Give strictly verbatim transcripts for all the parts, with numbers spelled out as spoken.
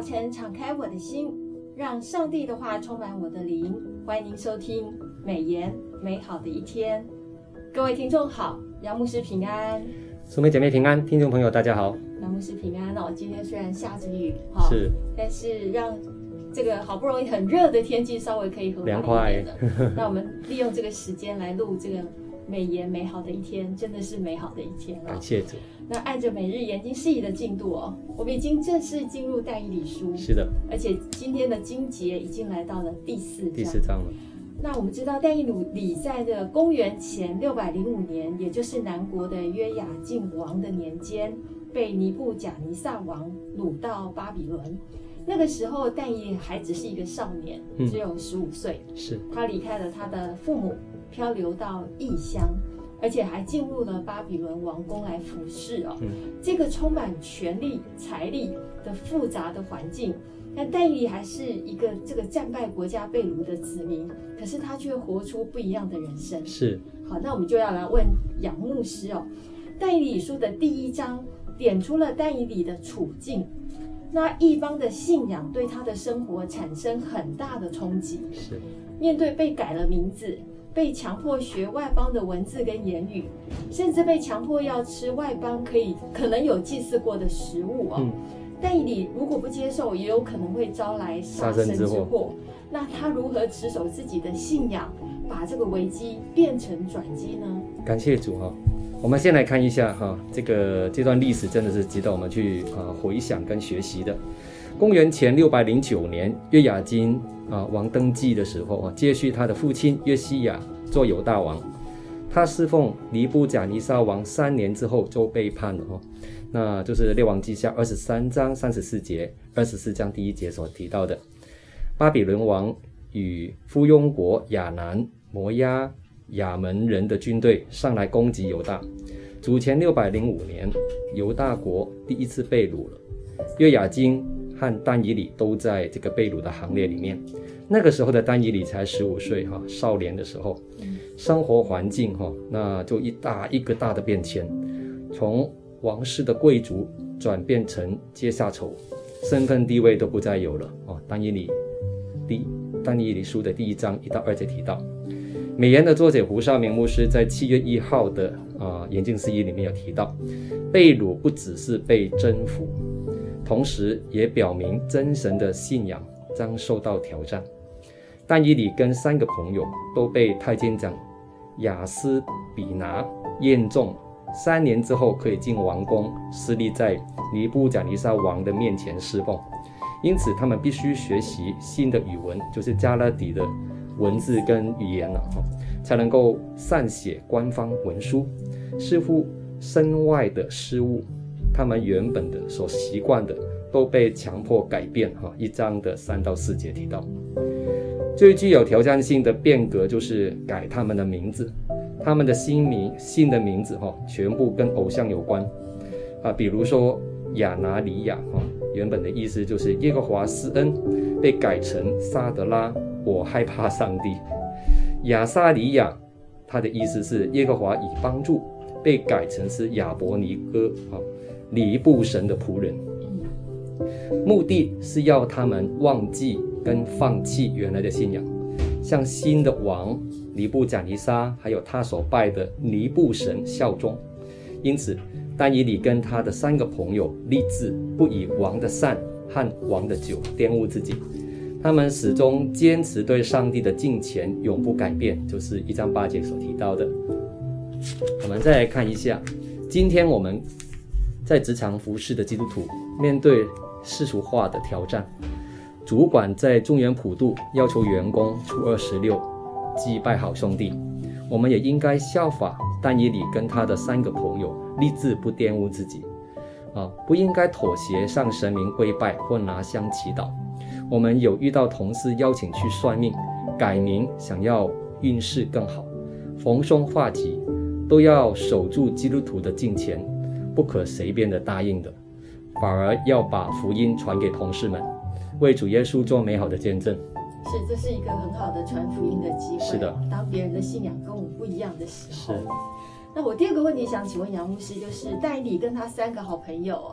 晨敞开我的心，让上帝的话充满我的灵。欢迎您收听美言美好的一天。各位听众好，杨牧师平安， 姊妹姐妹平安，听众朋友大家好。 杨牧师平安哦。今天虽然下着雨，哦、是，但是让这个好不容易很热的天气稍微可以和凉快了。那我们利用这个时间来录这个美言美好的一天，真的是美好的一天、哦、 感谢主。 那按着每日研经释义的进度哦，我们已经正式进入但以理书。 是的， 而且今天的经节已经来到了第四章。 第四章了。 那我们知道但以理在的公元前六百零五年，也就是南国的约雅敬王的年间，被尼布甲尼撒王掳到巴比伦。那个时候但以理还只是一个少年，只有十五岁。 嗯、是他离开了他的父母，漂流到异乡，而且还进入了巴比伦王宫来服侍哦。嗯、这个充满权力、财力的复杂的环境，但但以理还是一个这个战败国家被掳的子民，可是他却活出不一样的人生。 是。 好，那我们就要来问杨牧师哦。但以理书的第一章点出了但以理的处境。那异邦的信仰对他的生活产生很大的冲击。 是。面对被改了名字，被强迫学外邦的文字跟言语，甚至被强迫要吃外邦可以可能有祭祀过的食物哦。嗯、但以理如果不接受，也有可能会招来杀身之祸。那他如何持守自己的信仰，把这个危机变成转机呢？ 感谢主哈、哦。我们先来看一下哈，这个这段历史真的是值得我们去啊回想跟学习的。公元前六百零九年，约雅斤啊王登基的时候啊，接续他的父亲约西亚做犹大王。他侍奉尼布甲尼撒王三年之后就背叛了哈，那就是列王记下二十三章三十四节、二十四章第一节所提到的。巴比伦王与附庸国亚南、摩押、亚门人的军队上来攻击犹大。主前六百零五年，犹大国第一次被掳了。约雅斤和但以理都在这个被掳的行列里面。那个时候的但以理才十五岁哈，少年的时候，生活环境哈，那就一大一个大的变迁，从王室的贵族转变成阶下囚，身份地位都不再有了哦。但以理第但以理书的第一章一到二节提到。美言的作者胡绍明牧师在七月一号的啊研经释义里面有提到，被掳不只是被征服，同时也表明真神的信仰将受到挑战。但以理跟三个朋友都被太监长亚斯比拿验中，三年之后可以进王宫，侍立在尼布甲尼撒王的面前侍奉。因此他们必须学习新的语文，就是加勒底的文字跟语言了，才能够善写官方文书。似乎身外的事物，他们原本的所习惯的都被强迫改变。一章的三到四节提到，最具有挑战性的变革就是改他们的名字。他们的新名新的名字全部跟偶像有关啊，比如说亚拿里亚，原本的意思就是耶和华施恩，被改成撒德拉，我害怕上帝。亚撒里亚，他的意思是耶和华已帮助，被改成是亚伯尼哥，尼布神的仆人。目的是要他们忘记跟放弃原来的信仰，向新的王尼布甲尼撒还有他所拜的尼布神效忠。因此但以理跟他的三个朋友立志不以王的膳和王的酒玷污自己，他们始终坚持对上帝的敬虔永不改变，就是一章八节所提到的。我们再来看一下，今天我们在职场服事的基督徒面对世俗化的挑战，主管在中原普渡要求员工初二十六祭拜好兄弟，我们也应该效法但以理跟他的三个朋友，立志不玷污自己啊，不应该妥协向神明跪拜或拿香祈祷。我们有遇到同事邀请去算命改名，想要运势更好，逢凶化吉，都要守住基督徒的敬虔，不可随便的答应的，反而要把福音传给同事们，为主耶稣做美好的见证。 是，这是一个很好的传福音的机会。 是的， 当别人的信仰跟我们不一样的时候。 是。 那我第二个问题想请问杨牧师，就是但以理跟他三个好朋友哦，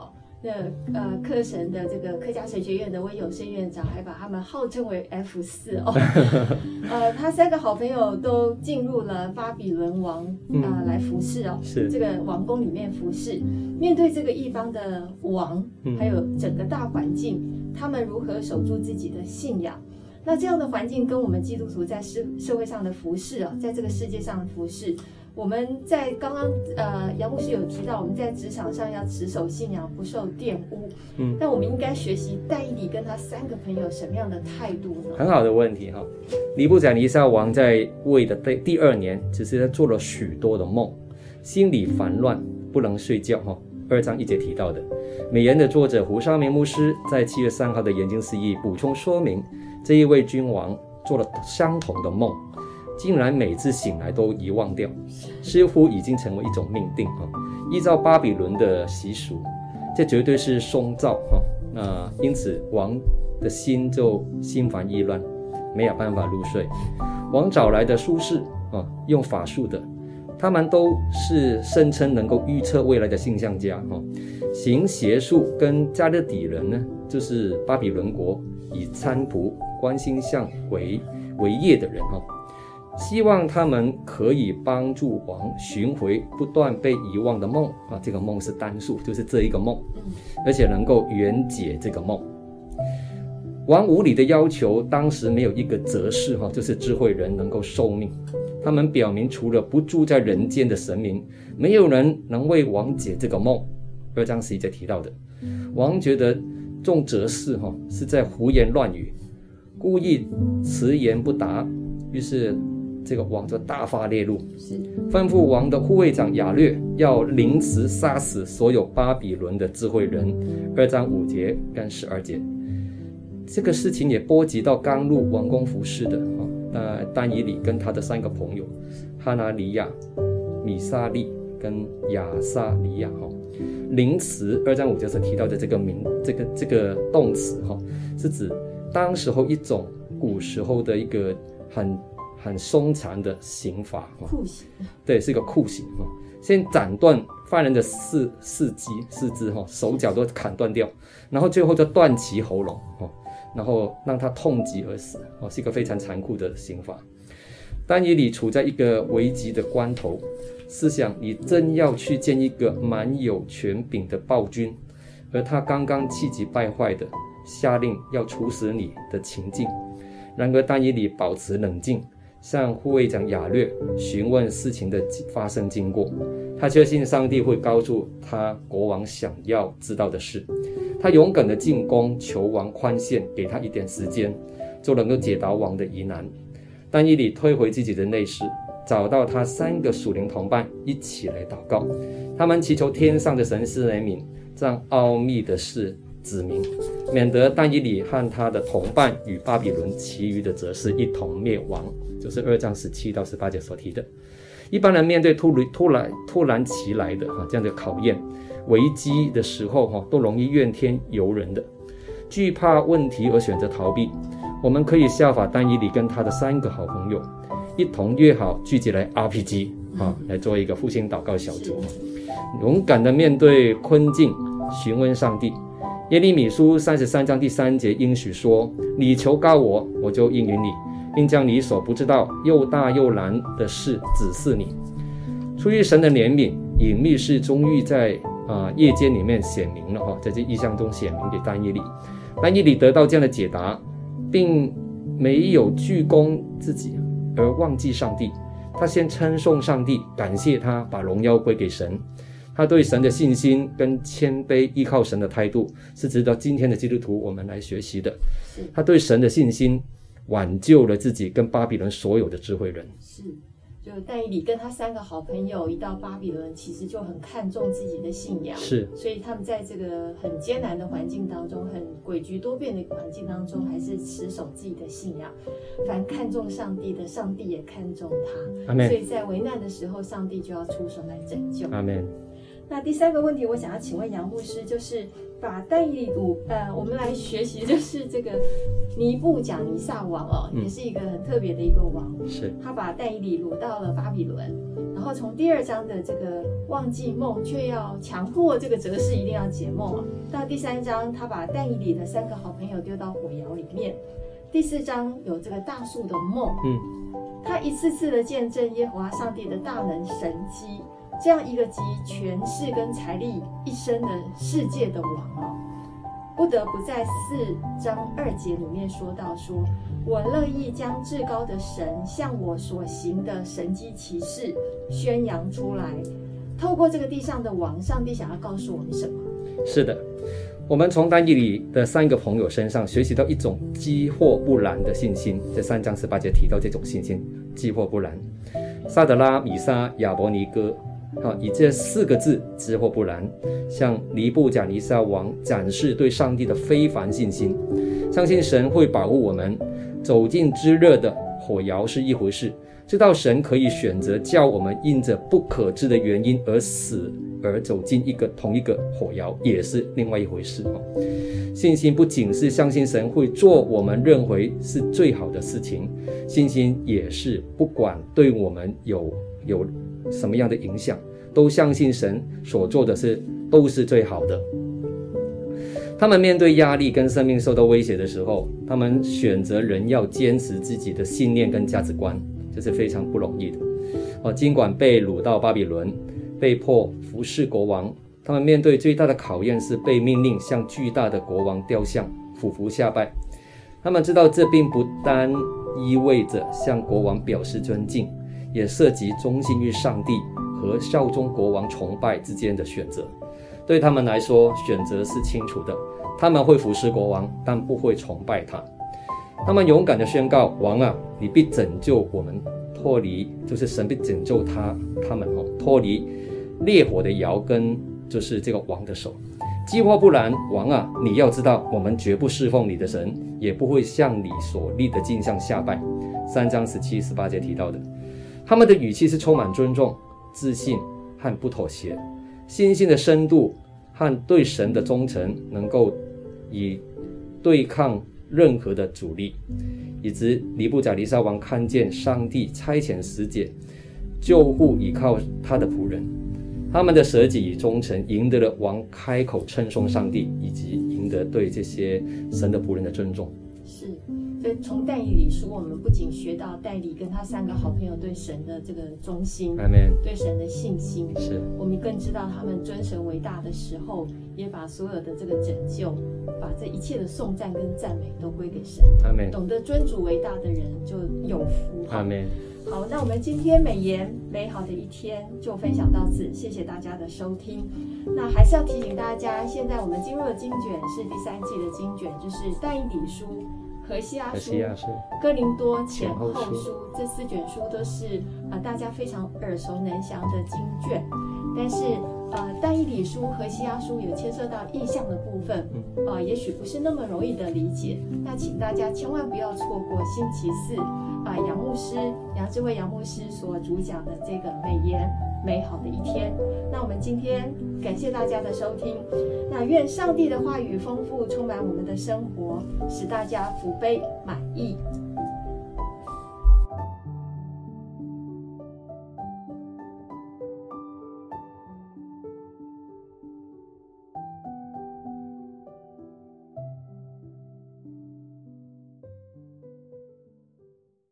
那呃课程的这个客家神学院的温永生院长还把他们号称为 F 四 哦，呃，他三个好朋友都进入了巴比伦王啊、呃嗯、来服侍哦， 是这个王宫里面服侍，面对这个异邦的王，还有整个大环境，他们如何守住自己的信仰？那这样的环境跟我们基督徒在社社会上的服侍啊，在这个世界上的服侍。我们在刚刚呃杨牧师有提到，我们在职场上要持守信仰，不受玷污。嗯，那我们应该学习但以理跟他三个朋友什么样的态度呢？ 很好的问题哈。尼布甲尼撒王在位的第二年，只是他做了许多的梦，心里烦乱，不能睡觉哈。二章一节提到的，美言的作者胡绍明牧师在七月三号的研经释义补充说明，这一位君王做了相同的梦。竟然每次醒来都遗忘掉，似乎已经成为一种命定啊！依照巴比伦的习俗，这绝对是凶兆啊！那因此王的心就心烦意乱，没有办法入睡。王找来的术士啊，用法术的，他们都是声称能够预测未来的星象家啊。行邪术跟加勒底人呢，就是巴比伦国以占卜、观星象为为业的人啊。希望他们可以帮助王寻回不断被遗忘的梦啊，这个梦是单数，就是这一个梦，而且能够圆解这个梦。王无理的要求，当时没有一个哲士哈，就是智慧人能够受命。他们表明，除了不住在人间的神明，没有人能为王解这个梦。二章十一节提到的，王觉得众哲士哈是在胡言乱语，故意迟言不答，于是。这个王就大发烈怒，吩咐王的护卫长亚略要临时杀死所有巴比伦的智慧人。二章五节跟十二节，这个事情也波及到刚入王宫服侍的啊，但以理跟他的三个朋友哈拿尼亚、米沙利跟亚撒利亚哈。临时二章五节所提到的这个名，这个这个动词哈，是指当时候一种古时候的一个很。很凶残的刑罚， 酷刑， 对，是一个酷刑。先斩断犯人的四四肢、四肢，手脚都砍断掉，然后最后就断其喉咙，然后让他痛疾而死，是一个非常残酷的刑罚。但以理处在一个危急的关头，思想你真要去见一个蛮有权柄的暴君，而他刚刚气急败坏的下令要处死你的情境。然而但以理保持冷静，向护卫长亚略询问事情的发生经过，他确信上帝会告诉他国王想要知道的事。他勇敢的进宫，求王宽限，给他一点时间，就能够解答王的疑难。但以理退回自己的内室，找到他三个属灵同伴一起来祷告，他们祈求天上的神施怜悯，将奥秘的事指明，免得但以理和他的同伴与巴比伦其余的哲士一同灭亡，就是二章十七到十八节所提的。一般人面对突然突然突然其来的这样的考验、危机的时候，都容易怨天尤人的，惧怕问题而选择逃避。我们可以效法但以理跟他的三个好朋友，一同约好聚集来 R P G 来做一个复兴祷告小组，勇敢的面对困境，询问上帝。耶利米书三十三章第三节应许说，你求告我，我就应允你，并将你所不知道又大又难的事指示你。出于神的怜悯，隐秘事终于在、呃、夜间里面显明了，在这异象中显明给但以理。但以理得到这样的解答，并没有居功自己而忘记上帝，他先称颂上帝，感谢他，把荣耀归给神。他对神的信心跟谦卑依靠神的态度，是值得今天的基督徒我们来学习的。他对神的信心挽救了自己跟巴比伦所有的智慧人。 是，就但以理跟他三个好朋友一到巴比伦，其实就很看重自己的信仰。 是， 所以他们在这个很艰难的环境当中，很诡谲多变的环境当中，还是持守自己的信仰。凡看重上帝的，上帝也看重他。 阿们。 所以在危难的时候，上帝就要出手来拯救。 阿们。 那第三个问题，我想要请问杨牧师，就是把但以理掳，呃，我们来学习，就是这个尼布甲尼撒王哦，嗯、也是一个很特别的一个王， 是他把但以理掳到了巴比伦，然后从第二章的这个忘记梦，却要强迫这个哲士一定要解梦啊，到第三章，他把但以理的三个好朋友丢到火窑里面，第四章有这个大树的梦，嗯，他一次次的见证耶和华上帝的大能神迹。这样一个集权势跟财力一身的世界的王哦，不得不在四章二节里面说到说，我乐意将至高的神向我所行的神迹奇事宣扬出来。透过这个地上的王，上帝想要告诉我们什么？ 是的，我们从但以理的三个朋友身上学习到一种积祸不燃的信心。这三章十八节提到这种信心，积祸不燃。撒得拉、米沙、亚伯尼哥。好，以这四个字积祸不燃，向尼布甲尼撒王展示对上帝的非凡信心，相信神会保护我们。走进炙热的火窑是一回事，知道神可以选择叫我们因着不可知的原因而死，而走进一个同一个火窑也是另外一回事。信心不仅是相信神会做我们认为是最好的事情，信心也是不管对我们有有什么样的影响，都相信神所做的事都是最好的。他们面对压力跟生命受到威胁的时候，他们选择仍要坚持自己的信念跟价值观，这是非常不容易的。哦，尽管被掳到巴比伦，被迫服侍国王，他们面对最大的考验是被命令向巨大的国王雕像俯伏下拜。他们知道这并不单意味着向国王表示尊敬，也涉及忠心于上帝和效忠国王崇拜之间的选择。对他们来说，选择是清楚的，他们会服侍国王，但不会崇拜他。他们勇敢地宣告，王啊，你必拯救我们脱离，就是神必拯救他他们、哦、脱离烈火的窑跟就是这个王的手。积祸不燃，王啊，你要知道，我们绝不侍奉你的神，也不会向你所立的镜像下拜。三章十七、十八节提到的，他们的语气是充满尊重、自信和不妥协，信心的深度和对神的忠诚能够以对抗任何的阻力。以及尼布甲尼撒王看见上帝差遣使者救护倚靠他的仆人，他们的舍己与忠诚赢得了王开口称颂上帝，以及赢得对这些神的仆人的尊重。 是，所以从但以理书，我们不仅学到但以理跟他三个好朋友对神的这个忠心， Amen， 对神的信心， 是我们更知道他们尊神为大的时候，也把所有的这个拯救，把这一切的颂赞跟赞美都归给神。 Amen， 懂得尊主为大的人就有福。 Amen。 好，那我们今天美言美好的一天就分享到此，谢谢大家的收听。那还是要提醒大家，现在我们进入的经卷是第三季的经卷，就是但以理书、何西阿书、哥林多前后书，这四卷书都是、呃、大家非常耳熟能详的经卷。但是呃，但以理书、何西阿书有牵涉到意象的部分，呃，也许不是那么容易的理解。那请大家千万不要错过星期四啊、呃，杨牧师杨智慧杨牧师所主讲的这个美言美好的一天。那我们今天感谢大家的收听，那愿上帝的话语丰富充满我们的生活，使大家福杯满溢。